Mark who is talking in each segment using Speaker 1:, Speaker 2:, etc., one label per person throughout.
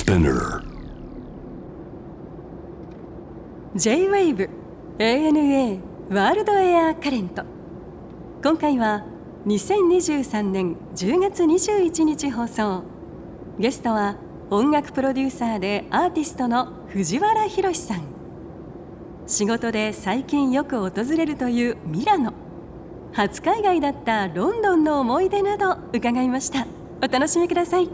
Speaker 1: Spinner
Speaker 2: J-Wave ANA ワールドエアカレント。今回は2023年10月21日放送。ゲストは音楽プロデューサーでアーティストの藤原宏さん。仕事で最近よく訪れるというミラノ、初海外だったロンドンの思い出など伺いました。お楽しみください。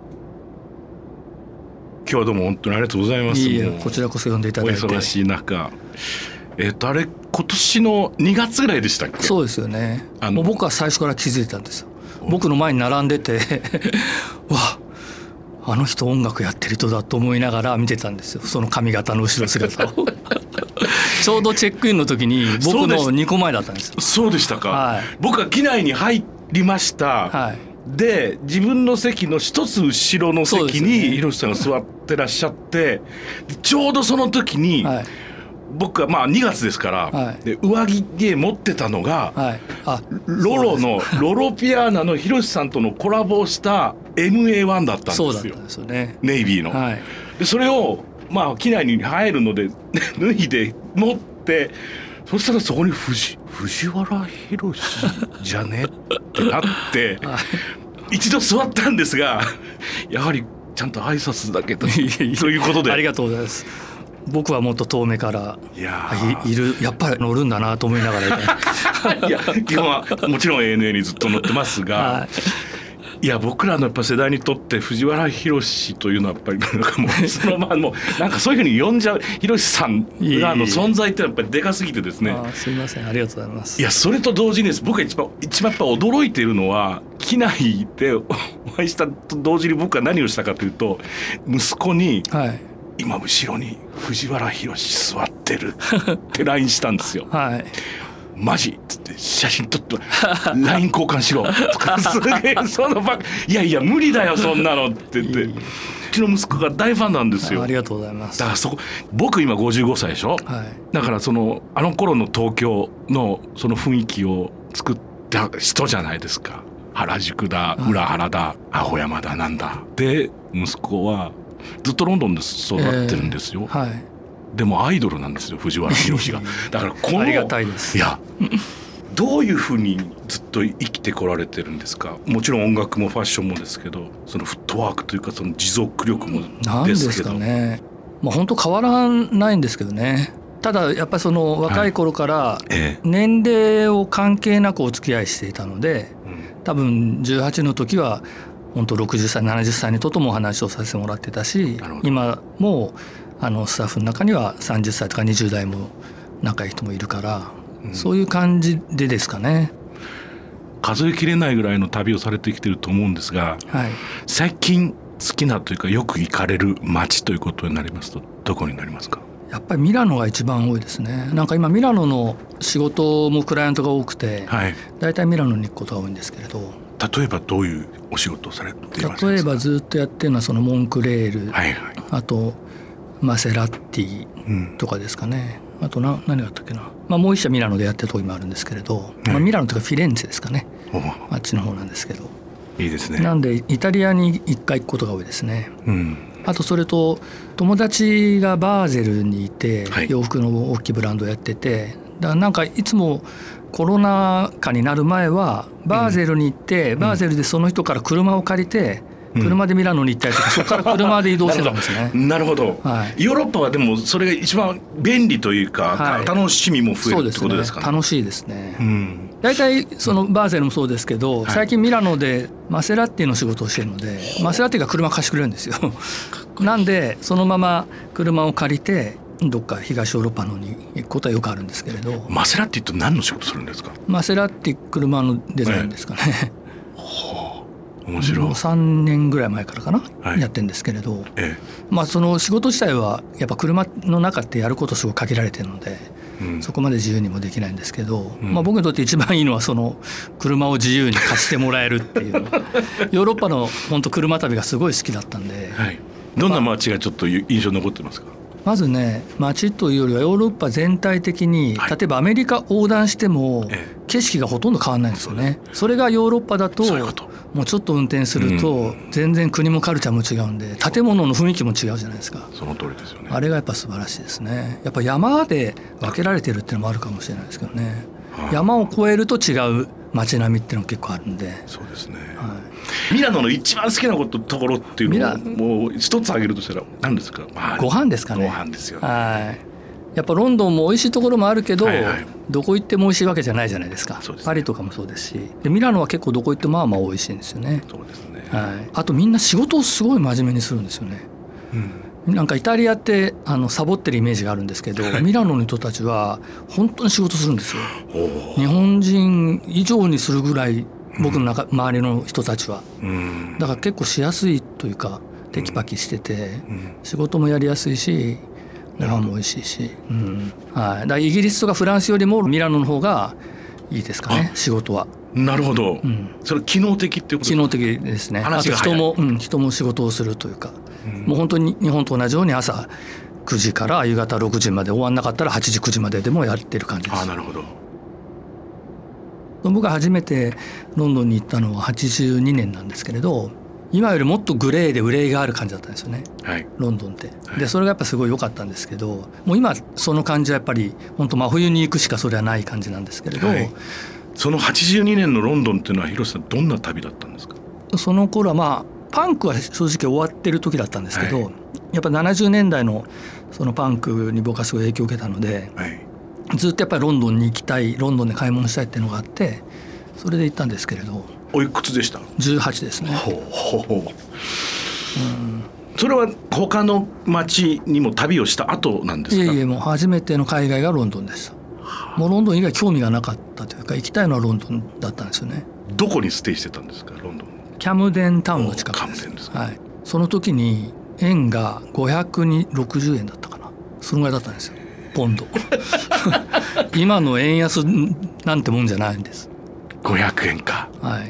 Speaker 3: 今日はどうも本当にありがとうございます。
Speaker 4: いいこちらこそ呼んでいただいて。
Speaker 3: お忙しい中、あれ今年の2月ぐらいでしたっけ？
Speaker 4: そうですよね。もう僕は最初から気づいてたんですよ。僕の前に並んでてわあの人音楽やってる人だと思いながら見てたんですよ、その髪型の後ろ姿をちょうどチェックインの時に僕の2個前だったんですよ。
Speaker 3: そうでしたか、はい、僕は機内に入りました、はい、で自分の席の一つ後ろの席に広瀬さんが座ってらっしゃって、ちょうどその時に、はい、僕は2月ですから、はい、で上着で持ってたのが、はい、ロロピアーナの広瀬さんとのコラボをした MA1 だったんですよ。
Speaker 4: そうだったんですよね、
Speaker 3: ネイビーの、はい、でそれを機内に入るので脱いで持って、そしたらそこに藤原宏じゃねってなって一度座ったんですが、やはりちゃんと挨拶だけとそういうことで
Speaker 4: ありがとうございます。僕はもっと遠目からいる、やっぱり乗るんだなと思いながら
Speaker 3: いや基本はもちろん ANA にずっと乗ってますが、はい、いや僕らのやっぱ世代にとって藤原宏というのはやっぱりなんかもうそのもうなんかそういうふうに呼んじゃう宏さんがの存在ってやっぱりでかすぎてですね。
Speaker 4: すみません、ありがとうございます。
Speaker 3: いやそれと同時にです、僕が一番やっぱ驚いているのは、機内でお会いしたと同時に僕は何をしたかというと、息子に、はい、今後ろに藤原宏座ってるって LINE したんですよ、はい、マジっつって写真撮って LINE 交換しろとかすげえそのいや無理だよそんなのって言ってうちの息子が大ファンなんですよ。
Speaker 4: ありがとうございます。
Speaker 3: だから僕今55歳でしょ、はい、だからあの頃の東京のその雰囲気を作った人じゃないですか。原宿だ、裏原だ、青山だなんだで、息子はずっとロンドンで育ってるんですよ、はい、でもアイドルなんですよ藤原宏がだからこの
Speaker 4: ありがたいです。
Speaker 3: いやどういうふうにずっと生きてこられてるんですか？もちろん音楽もファッションもですけど、そのフットワークというかその持続力もですけど。
Speaker 4: なんですかね、本当変わらないんですけどね。ただやっぱりその若い頃から年齢を関係なくお付き合いしていたので、多分18の時は本当60歳70歳の人ともお話をさせてもらってたし、今もスタッフの中には30歳とか20代も仲いい人もいるから、そういう感じでですかね。
Speaker 3: 数えきれないぐらいの旅をされてきてると思うんですが、はい、最近好きなというかよく行かれる街ということになりますとどこになりますか？
Speaker 4: やっぱりミラノが一番多いですね。なんか今ミラノの仕事もクライアントが多くて、はい、だいたいミラノに行くことが多いんですけれど。
Speaker 3: 例えばどういうお仕事をされていますか？
Speaker 4: 例えばずっとやってるのはそのモンクレール、はいはい、あとマセラッティとかですかね、あと何があったっけな、もう一社ミラノでやってるとこもあるんですけれど、ミラノというかフィレンツェですかね、あっちの方なんですけど。
Speaker 3: いいですね。
Speaker 4: なんでイタリアに一回行くことが多いですね、あとそれと友達がバーゼルにいて、洋服の大きいブランドをやってて、だからなんかいつもコロナ禍になる前はバーゼルに行って、バーゼルでその人から車を借りて車でミラノに行ったりとか、そこから車で移動してたんですね。
Speaker 3: なるほど、はい、ヨーロッパはでもそれが一番便利というか、はい、楽しみも増えるってことですかね。
Speaker 4: 楽しいですね、だいたいそのバーゼルもそうですけど、最近ミラノでマセラッティの仕事をしてるので、マセラッティが車貸してくれるんですよなんでそのまま車を借りてどっか東ヨーロッパのに行くことはよくあるんですけれど。
Speaker 3: マセラティって何の仕事するんですか？
Speaker 4: マセラティ車のデザインですかね、
Speaker 3: 面白い。
Speaker 4: もう3年ぐらい前からかな、やってるんですけれど、その仕事自体はやっぱ車の中ってやることすごく限られてるので、そこまで自由にもできないんですけど、僕にとって一番いいのはその車を自由に貸してもらえるっていうヨーロッパの本当車旅がすごい好きだったんで、
Speaker 3: どんな街がちょっと印象に残ってますか？
Speaker 4: まずね、街というよりはヨーロッパ全体的に、例えばアメリカ横断しても景色がほとんど変わらないんですよね。それがヨーロッパだともうちょっと運転すると全然国もカルチャーも違うんで、建物の雰囲気も違うじゃないですか。
Speaker 3: その通りですよね。
Speaker 4: あれがやっぱ素晴らしいですね。やっぱ山で分けられてるっていうのもあるかもしれないですけどね。山を越えると違う街並みっていうのも結構あるんで。
Speaker 3: そうですね、ミラノの一番好きなところっていうのをもう一つ挙げるとしたら何ですか？
Speaker 4: ご飯ですかね。
Speaker 3: ご飯ですよね。
Speaker 4: やっぱロンドンも美味しいところもあるけど、どこ行っても美味しいわけじゃないじゃないですか。パリとかもそうですし、でミラノは結構どこ行ってもまあ美味しいんですよね。
Speaker 3: そうですね、
Speaker 4: あとみんな仕事をすごい真面目にするんですよね。なんかイタリアってサボってるイメージがあるんですけど、ミラノの人たちは本当に仕事するんですよ。日本人以上にするぐらい、僕の周りの人たちは、だから結構しやすいというか、テキパキしてて、仕事もやりやすいしご飯も美味しいし、だからイギリスとかフランスよりもミラノの方がいいですかね、仕事は。
Speaker 3: なるほど、それ機能的っていうことですか？機能
Speaker 4: 的ですね。あと人も仕事をするというか、もう本当に日本と同じように朝9時から夕方6時まで、終わんなかったら8時9時まででもやってる感じです。
Speaker 3: なるほど。
Speaker 4: 僕が初めてロンドンに行ったのは82年なんですけれど、今よりもっとグレーで憂いがある感じだったんですよね、ロンドンって。でそれがやっぱすごい良かったんですけど、もう今その感じはやっぱり本当真冬に行くしかそれはない感じなんですけれど、
Speaker 3: その82年のロンドンっていうのは広瀬さんどんな旅だったんですか？そ
Speaker 4: の頃はパンクは正直終わってる時だったんですけど、やっぱ70年代のそのパンクに僕はすごい影響を受けたので、ずっとやっぱりロンドンに行きたい、ロンドンで買い物したいっていうのがあって、それで行ったんですけれど。
Speaker 3: おいくつでした
Speaker 4: ？18ですね。
Speaker 3: それは他の街にも旅をした後なんですか？
Speaker 4: いえ、もう初めての海外がロンドンでした。もうロンドン以外興味がなかったというか、行きたいのはロンドンだったんですよね。
Speaker 3: どこにステイしてたんですか？ロンドン
Speaker 4: キャムデンタウンの近くです。その時に円が560円だったかな、そのぐらいだったんですよ、ポンド今の円安なんてもんじゃないんです。
Speaker 3: 500円か。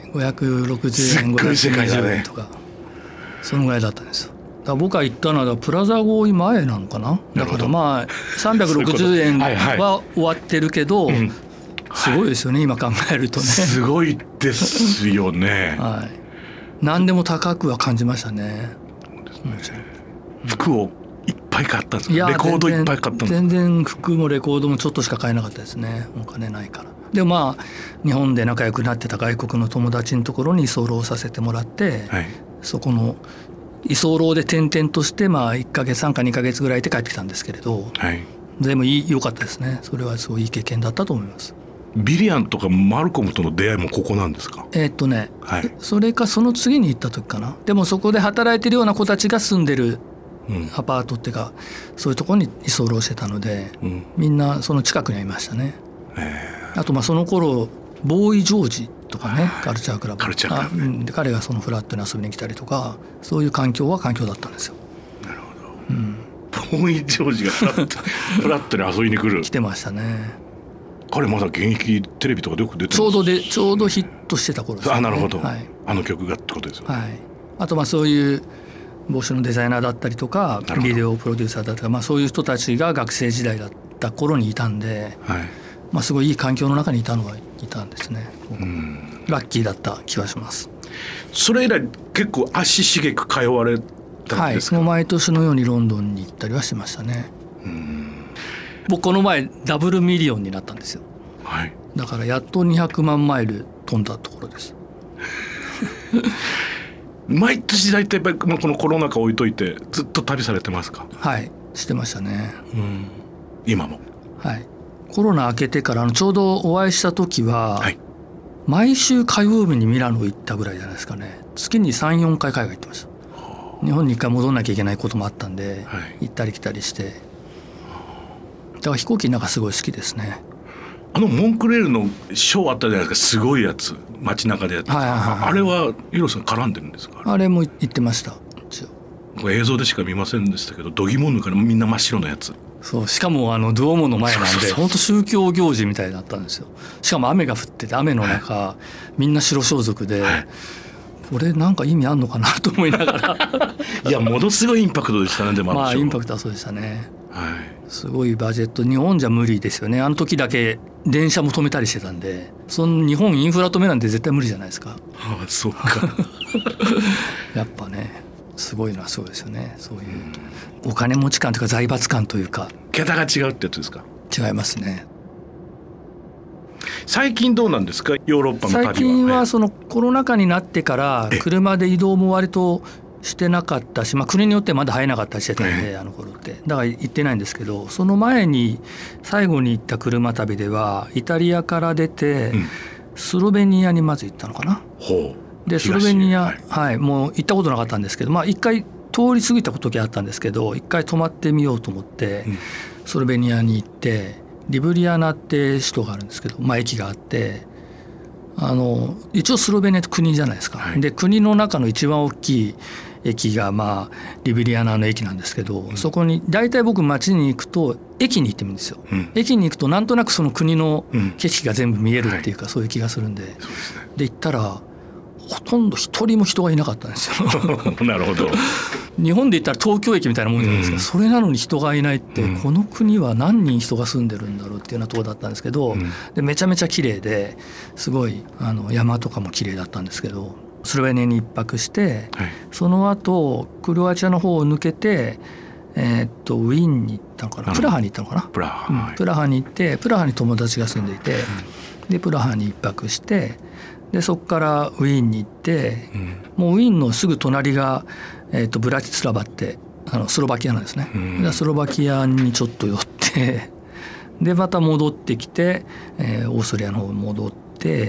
Speaker 4: 560円520円とか、そのぐらいだったんですよ。だから僕が行ったのはプラザ合意前なのかな。だから360円は終わってるけど、すごいですよね、今考えるとね。
Speaker 3: すごいですよね。
Speaker 4: 何でも高くは感じましたね。
Speaker 3: 服をいっぱい買ったんですか？レコードいっぱい買ったんですか？
Speaker 4: 全然服もレコードもちょっとしか買えなかったですね、お金ないから。でも日本で仲良くなってた外国の友達のところに居候させてもらって、そこの居候で転々として1ヶ月3か2ヶ月ぐらいで帰ってきたんですけれど、でも良かったですね。それはすごいいい経験だったと思います。
Speaker 3: ビリアンとかマルコムとの出会いもここなんですか？
Speaker 4: それかその次に行った時かな。でもそこで働いてるような子たちが住んでるアパートっていうか、そういうところに居候してたので、みんなその近くにはいましたね。あとその頃ボーイ・ジョージとかね、カルチャークラブ、で彼がそのフラットに遊びに来たりとか、そういう環境だったんですよ。
Speaker 3: なるほど、ボーイ・ジョージがフラットに遊びに来る
Speaker 4: 来てましたね。
Speaker 3: 彼まだ現役テレビとかでよく出てます。
Speaker 4: ちょうどヒットしてた頃ですね。
Speaker 3: なるほど、あの曲がってことですよね。
Speaker 4: あとそういう帽子のデザイナーだったりとか、ビデオプロデューサーだったりとか、そういう人たちが学生時代だった頃にいたんで、すごいいい環境の中にいたのはいたんですね。ラッキーだった気はします。
Speaker 3: それ以来結構足しげく通われたんですか？
Speaker 4: 毎年のようにロンドンに行ったりはしましたね。僕この前ダブルミリオンになったんですよ。だからやっと200万マイル飛んだところです
Speaker 3: 毎年大体このコロナ禍置いといてずっと旅されてますか？
Speaker 4: してましたね。
Speaker 3: 今も？
Speaker 4: コロナ明けてからちょうどお会いした時は、毎週火曜日にミラノ行ったぐらいじゃないですかね。月に 3,4 回海外行ってました。日本に1回戻んなきゃいけないこともあったんで、行ったり来たりして、だから飛行機の中すごい好きですね。
Speaker 3: モンクレールのショーあったじゃないですか、すごいやつ、街中でやってた、あれは広瀬さん絡んでるんですか？
Speaker 4: あれも行ってました。
Speaker 3: 映像でしか見ませんでしたけど、度肝抜かれみんな真っ白なやつ。
Speaker 4: しかもドゥオモの前なんで本当宗教行事みたいだったんですよ。しかも雨が降ってて、雨の中、みんな白装束で、これなんか意味あんのかなと思いながら
Speaker 3: いやものすごいインパクトでしたね。でも
Speaker 4: インパクトはそうでしたね。 すごいバジェット、日本じゃ無理ですよね。あの時だけ電車も止めたりしてたんで、その日本インフラ止めなんて絶対無理じゃないですか。
Speaker 3: そうか
Speaker 4: やっぱね、すごいのはそうですよね。そういうお金持ち感というか財閥感というか、
Speaker 3: 桁が違うってやつですか。
Speaker 4: 違いますね。
Speaker 3: 最近どうなんですか、ヨーロッパの旅は。
Speaker 4: 最近はそのコロナ禍になってから車で移動も割としてなかったし、国によってまだ入れなかったりしてたんで、あの頃ってだから行ってないんですけど、その前に最後に行った車旅ではイタリアから出てスロベニアにまず行ったのかな。でスロベニア、もう行ったことなかったんですけど、一回通り過ぎた時あったんですけど、一回泊まってみようと思ってスロベニアに行って、リブリアナって首都があるんですけど、駅があって、一応スロベニアって国じゃないですか、で国の中の一番大きい駅がリブリアナの駅なんですけど、そこに大体僕街に行くと駅に行ってみるんですよ、駅に行くとなんとなくその国の景色が全部見えるっていうか、そういう気がするんで、で行ったらほとんど一人も人がいなかったんですよ
Speaker 3: なるほど。
Speaker 4: 日本で言ったら東京駅みたいなもんじゃないですか、それなのに人がいないって、この国は何人人が住んでるんだろうっていうようなところだったんですけど、でめちゃめちゃ綺麗ですごい山とかも綺麗だったんですけど、スロベニアに一泊して、その後クロアチアの方を抜けて、ウィーンに行ったのかな、プラハに行ったのかな、プラハに行って、プラハに友達が住んでいて、でプラハに一泊して、でそこからウィーンに行って、もうウィーンのすぐ隣が、ブラチスラバってスロバキアなんですね、でスロバキアにちょっと寄ってでまた戻ってきて、オーストリアの方に戻って、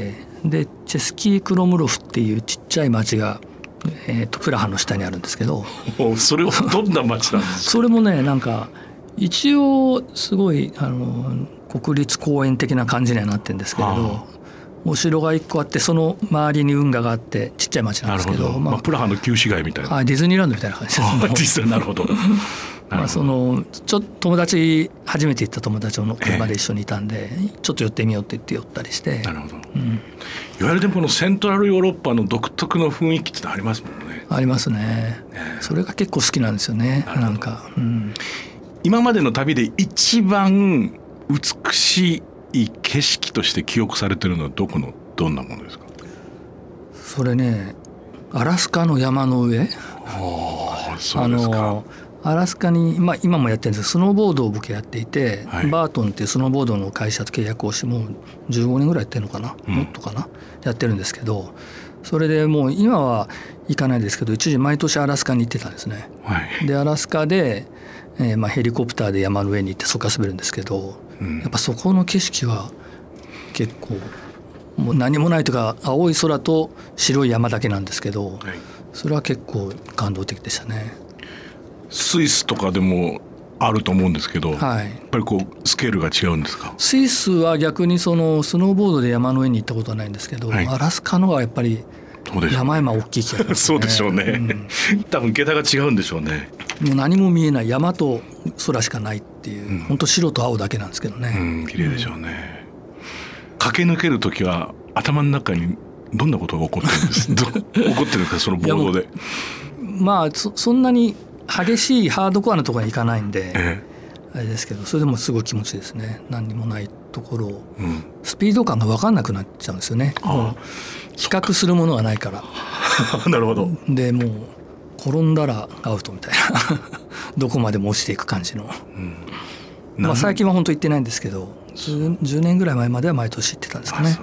Speaker 4: でチェスキークロムロフっていうちっちゃい町が、プラハの下にあるんですけど
Speaker 3: それはどんな町なんですか
Speaker 4: それもね、なんか一応すごい国立公園的な感じにはなってるんですけれど、お城が1個あって、その周りに運河があってちっちゃい町なんですけど、
Speaker 3: プラハの旧市街みたいな、
Speaker 4: ディズニーランドみたいな感じですね。
Speaker 3: なるほど
Speaker 4: そのちょっと友達、初めて行った友達の車で一緒にいたんで、ちょっと寄ってみようって言って寄ったりして。
Speaker 3: なるほど、いわゆるでもこのセントラルヨーロッパの独特の雰囲気ってありますもんね。
Speaker 4: ありますね、それが結構好きなんですよね。なんか、
Speaker 3: 今までの旅で一番美しい景色として記憶されてるのはどんなものですか。
Speaker 4: それね、アラスカの山の上、
Speaker 3: そうですか。
Speaker 4: アラスカに、今もやってるんですけど、スノーボードを僕やっていて、バートンっていうスノーボードの会社と契約をしてもう15年ぐらいやってるのかな、もっとかな、やってるんですけど、それでもう今は行かないですけど、一時毎年アラスカに行ってたんですね、でアラスカで、ヘリコプターで山の上に行ってそこから滑るんですけど、やっぱそこの景色は結構もう何もないというか、青い空と白い山だけなんですけど、それは結構感動的でしたね。
Speaker 3: スイスとかでもあると思うんですけど、やっぱりスケールが違うんですか。
Speaker 4: スイスは逆にそのスノーボードで山の上に行ったことはないんですけど、アラスカのがやっぱり山々大きい気がしますね。
Speaker 3: そうでしょうね、多分桁が違うんでしょうね。
Speaker 4: もう何も見えない、山と空しかないっていう、本当白と青だけなんですけどね、
Speaker 3: 綺麗でしょうね、駆け抜ける時は頭の中にどんなことが起こってるんです起こってるんですか、そのボードで。
Speaker 4: そんなに激しいハードコアなところに行かないんで、あれですけど、それでもすごい気持ちいいですね。何にもないところを、スピード感が分かんなくなっちゃうんですよね。もう比較するものはないから
Speaker 3: なるほど。
Speaker 4: でもう転んだらアウトみたいなどこまでも落ちていく感じの、最近は本当行ってないんですけど、10年ぐらい前までは毎年行ってたんですかね。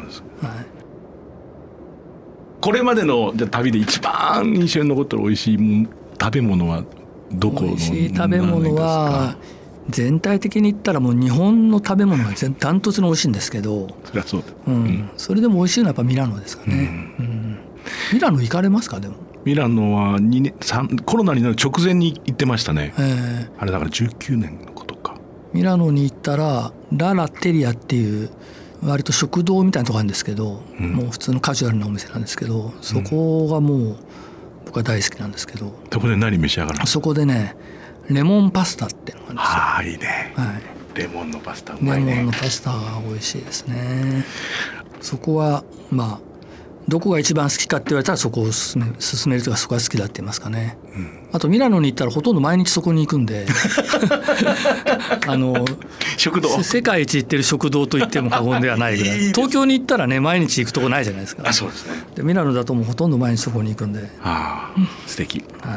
Speaker 3: これまでの旅で一番印象に残ってる美味しい食べ物はどこの？
Speaker 4: 美味しい食べ物は全体的に言ったらもう日本の食べ物がダントツに美味しいんですけど、
Speaker 3: そりゃそうだ、
Speaker 4: それでも美味しいのはやっぱミラノですかね、ミラノ行かれますか。でも
Speaker 3: ミラノはコロナになる直前に行ってましたね、あれだから19年のことか。
Speaker 4: ミラノに行ったらララテリアっていう割と食堂みたいなとこあるんですけど、もう普通のカジュアルなお店なんですけど、そこがもう僕は大好きなんですけど、
Speaker 3: そこで何召し上がるの？
Speaker 4: そこでね、レモンパスタっていうのがあるんですよ。
Speaker 3: いいね、レモンのパスタうまいね。
Speaker 4: レモンのパスタが美味しいですね。そこはどこが一番好きかって言われたらそこを進めるというか、そこが好きだって言いますかね、あとミラノに行ったらほとんど毎日そこに行くんで
Speaker 3: 食堂、
Speaker 4: 世界一行ってる食堂と言っても過言ではないぐらい東京に行ったらね毎日行くとこないじゃないですか。
Speaker 3: そうですね。
Speaker 4: でミラノだともうほとんど毎日そこに行くんで、
Speaker 3: 素敵、
Speaker 4: はい、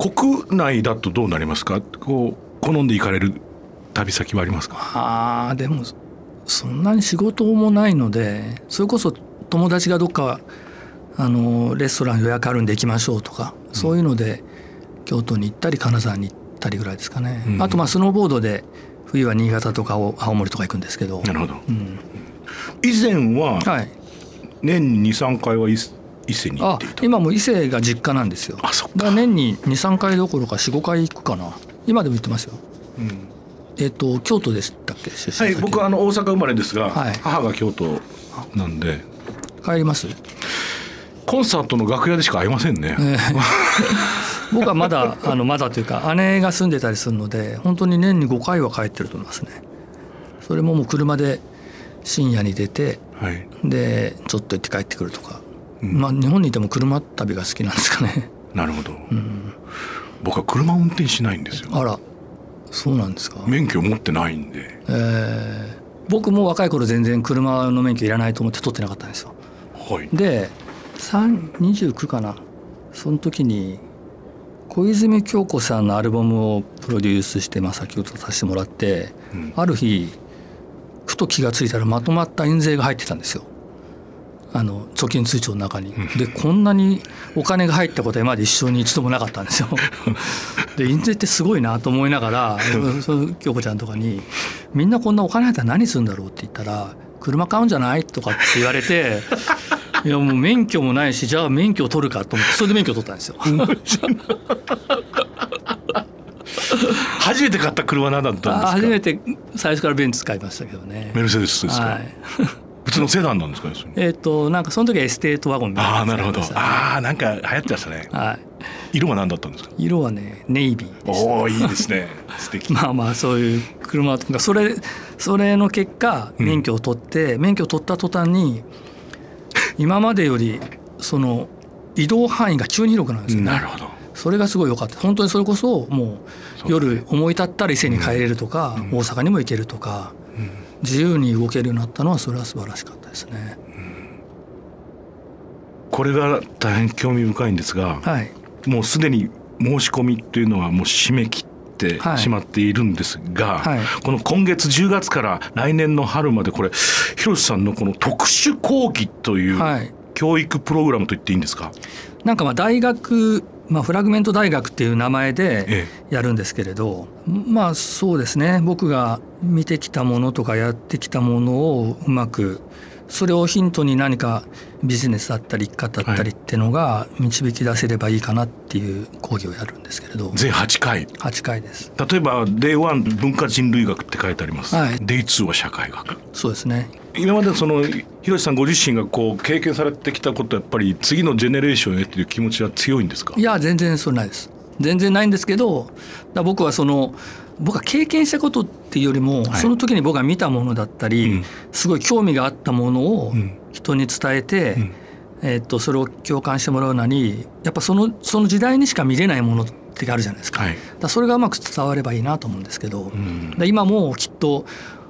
Speaker 3: 国内だとどうなりますか？こう好んで行かれる旅先はありますか？
Speaker 4: でもそんなに仕事もないので、それこそ友達がどっかレストラン予約あるんで行きましょうとか、そういうので京都に行ったり金沢に行ったりぐらいですかね、あとスノーボードで冬は新潟とか青森とか行くんですけど。
Speaker 3: なるほど、以前は年に 2,3 回は伊勢に行っていた。
Speaker 4: 今も伊勢が実家なんですよ。
Speaker 3: そっか。
Speaker 4: だから年に 2,3 回どころか 4,5 回行くかな。今でも行ってますよ。京都でしたっけ出身先？
Speaker 3: はい、僕は大阪生まれですが、母が京都なんで。
Speaker 4: 帰ります？
Speaker 3: コンサートの楽屋でしか会えませんね、
Speaker 4: 僕はまだというか姉が住んでたりするので、本当に年に5回は帰ってると思いますね。それももう車で深夜に出て、でちょっと行って帰ってくるとか、日本にいても車旅が好きなんですかね。
Speaker 3: なるほど、僕は車運転しないんですよ。
Speaker 4: あら、そうなんですか。
Speaker 3: 免許持ってないんで、
Speaker 4: 僕も若い頃全然車の免許いらないと思って取ってなかったんですよ。で29かな、その時に小泉京子さんのアルバムをプロデュースして先ほどさせてもらって、ある日ふと気がついたらまとまった印税が入ってたんですよ、貯金通帳の中に。でこんなにお金が入ったことは今まで一生に一度もなかったんですよ。で印税ってすごいなと思いながら京子ちゃんとかに「みんなこんなお金入ったら何するんだろう?」って言ったら「車買うんじゃない?」とかって言われていやもう免許もないし、じゃあ免許を取るかと思って、それで免許を取ったんですよ。
Speaker 3: 初めて買った車何だったんですか？
Speaker 4: 初めて最初からベンツ買いましたけどね。
Speaker 3: メルセデスですか？普通のセダンなんですかね？
Speaker 4: なんかその時はエステートワゴンみたいな、
Speaker 3: なるほど。なんか流行ってましたね。色は何だったんですか？
Speaker 4: 色はねネイビーでした。
Speaker 3: いいですね。素敵。
Speaker 4: そういう車とかそれの結果免許を取って、免許を取った途端に今までよりその移動範囲が急に広くなるんですよね。
Speaker 3: なるほど。
Speaker 4: それがすごい良かった。本当にそれこそもう夜思い立ったら伊勢に帰れるとか、大阪にも行けるとか、自由に動けるようになったのはそれは素晴らしかったですね。
Speaker 3: これが大変興味深いんですが、もうすでに申し込みというのはもう締め切ってしまっているんですが、この今月10月から来年の春までこれ広瀬さんのこの特殊講義という教育プログラムと言っていいんですか？
Speaker 4: なんか大学、フラグメント大学っていう名前でやるんですけれど、そうですね、僕が見てきたものとかやってきたものをうまくそれをヒントに何かビジネスだったり生き方だったりっていうのが導き出せればいいかなっていう講義をやるんですけれど。
Speaker 3: 全8回。
Speaker 4: 8回です。
Speaker 3: 例えば Day1 文化人類学って書いてあります、Day2 は社会学。
Speaker 4: そうですね。
Speaker 3: 今まで広瀬さんご自身が経験されてきたことはやっぱり次のジェネレーションへっていう気持ちは強いんですか？
Speaker 4: いや全然それないです。全然ないんですけど、僕は経験したことっていうよりも、その時に僕が見たものだったり、すごい興味があったものを人に伝えて、それを共感してもらうなり、やっぱその時代にしか見れないものってあるじゃないですか。それがうまく伝わればいいなと思うんですけど、今もきっと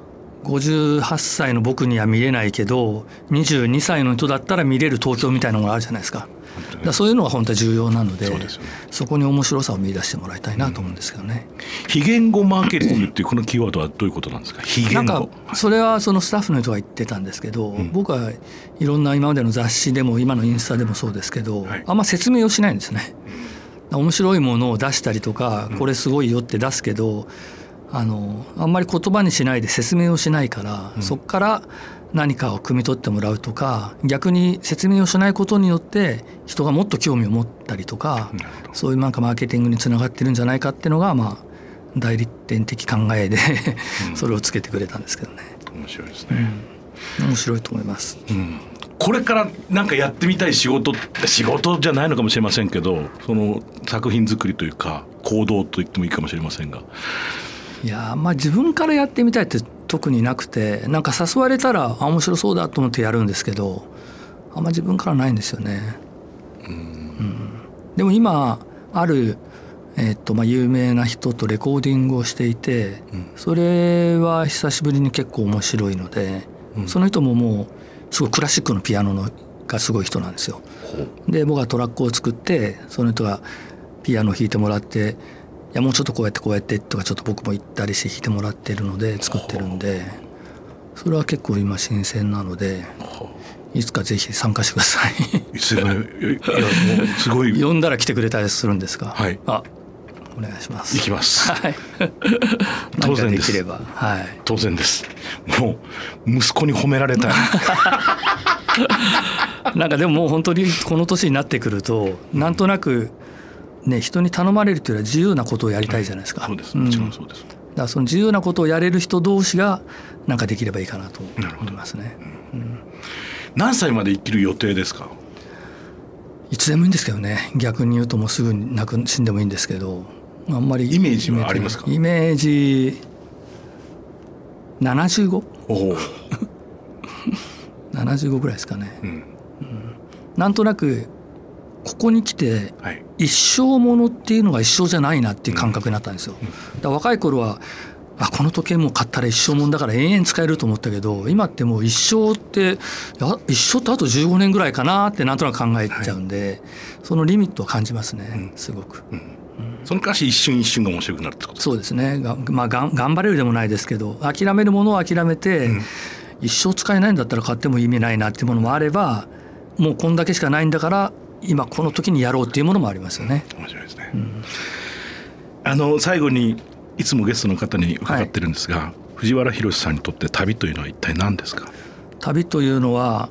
Speaker 4: 58歳の僕には見れないけど22歳の人だったら見れる東京みたいなのがあるじゃないですか。そういうのが本当は重要なので、そこに面白さを見出してもらいたいなと思うんですけどね。
Speaker 3: 非言語マーケティングっていうこのキーワードはどういうことなんですか？非言語。
Speaker 4: なんかそれはそのスタッフの人が言ってたんですけど、僕はいろんな今までの雑誌でも今のインスタでもそうですけど、あんま説明をしないんですね。面白いものを出したりとか、これすごいよって出すけど、あんまり言葉にしないで説明をしないから、そこから何かを汲み取ってもらうとか、逆に説明をしないことによって人がもっと興味を持ったりとか、そういうなんかマーケティングにつながってるんじゃないかっていうのが代理店的考えでそれをつけてくれたんですけどね。
Speaker 3: 面白いですね。
Speaker 4: 面白いと思います。
Speaker 3: これからなんかやってみたい仕事じゃないのかもしれませんけど、その作品作りというか行動と言ってもいいかもしれませんが。
Speaker 4: いや自分からやってみたいって特になくて、なんか誘われたら面白そうだと思ってやるんですけど、 あんま自分からないんですよね。でも今ある、有名な人とレコーディングをしていて、それは久しぶりに結構面白いので、その人ももうすごいクラシックのピアノがすごい人なんですよ。で僕はトラックを作って、その人がピアノを弾いてもらって、いやもうちょっとこうやってとかちょっと僕も言ったりして弾いてもらってるので作ってるんで、それは結構今新鮮なので、いつかぜひ参加してください。
Speaker 3: すごい
Speaker 4: 呼んだら来てくれたりするんですか？
Speaker 3: はい、
Speaker 4: お願いします。
Speaker 3: 行きます。
Speaker 4: はい、
Speaker 3: 当然です。
Speaker 4: できれば、はい、
Speaker 3: 当然です。もう息子に褒められたい。
Speaker 4: なんかでももう本当にこの年になってくると、なんとなくね、人に頼まれるというよりは自由なことをやりたいじゃないですか。
Speaker 3: そうです、もちろんそうです。
Speaker 4: だからその自由なことをやれる人同士がなんかできればいいかなと思いますね。
Speaker 3: 何歳まで生きる予定ですか？
Speaker 4: いつでもいいんですけどね。逆に言うともうすぐに死んでもいいんですけど、あんまり
Speaker 3: イメージはありますか？
Speaker 4: イメージ 75？ 75ぐらいですかね。なんとなくここに来て一生ものっていうのが一生じゃないなっていう感覚になったんですよ。だから若い頃はこの時計も買ったら一生もんだから延々使えると思ったけど、今ってもう一生ってあと15年ぐらいかなってなんとなく考えちゃうんで、そのリミットを感じますね、すごく。
Speaker 3: その昔一瞬一瞬が面白くなるってことですか？
Speaker 4: そうですね。頑張れるでもないですけど、諦めるものを諦めて、一生使えないんだったら買っても意味ないなっていうものもあれば、もうこんだけしかないんだから今この時にやろうっていうものもありますよね。
Speaker 3: 面白いですね。最後にいつもゲストの方に伺ってるんですが、藤原宏さんにとって旅というのは一体何ですか？
Speaker 4: 旅というのは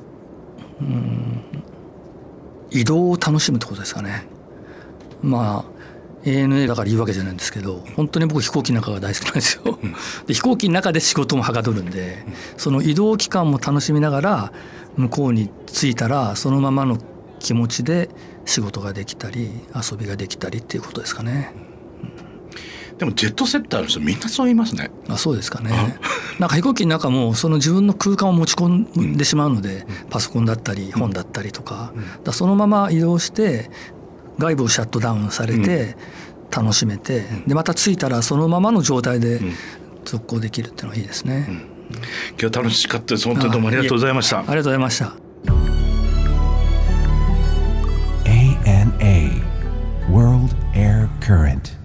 Speaker 4: 移動を楽しむってことですかね。ANA だから言うわけじゃないんですけど、本当に僕飛行機の中が大好きなんですよ。で飛行機の中で仕事もはかどるんで、その移動期間も楽しみながら向こうに着いたらそのままの気持ちで仕事ができたり遊びができたりっていうことですかね。
Speaker 3: でもジェットセッターの人みんなそう言いますね。
Speaker 4: そうですかね。なんか飛行機の中もその自分の空間を持ち込んでしまうので、パソコンだったり本だったりとか、そのまま移動して外部をシャットダウンされて楽しめて、でまた着いたらそのままの状態で続行できるっていうのがいいですね。
Speaker 3: 今日楽しかったです。本当にどうもありがとうございました。
Speaker 4: ありがとうございました。
Speaker 1: ANA World Air Current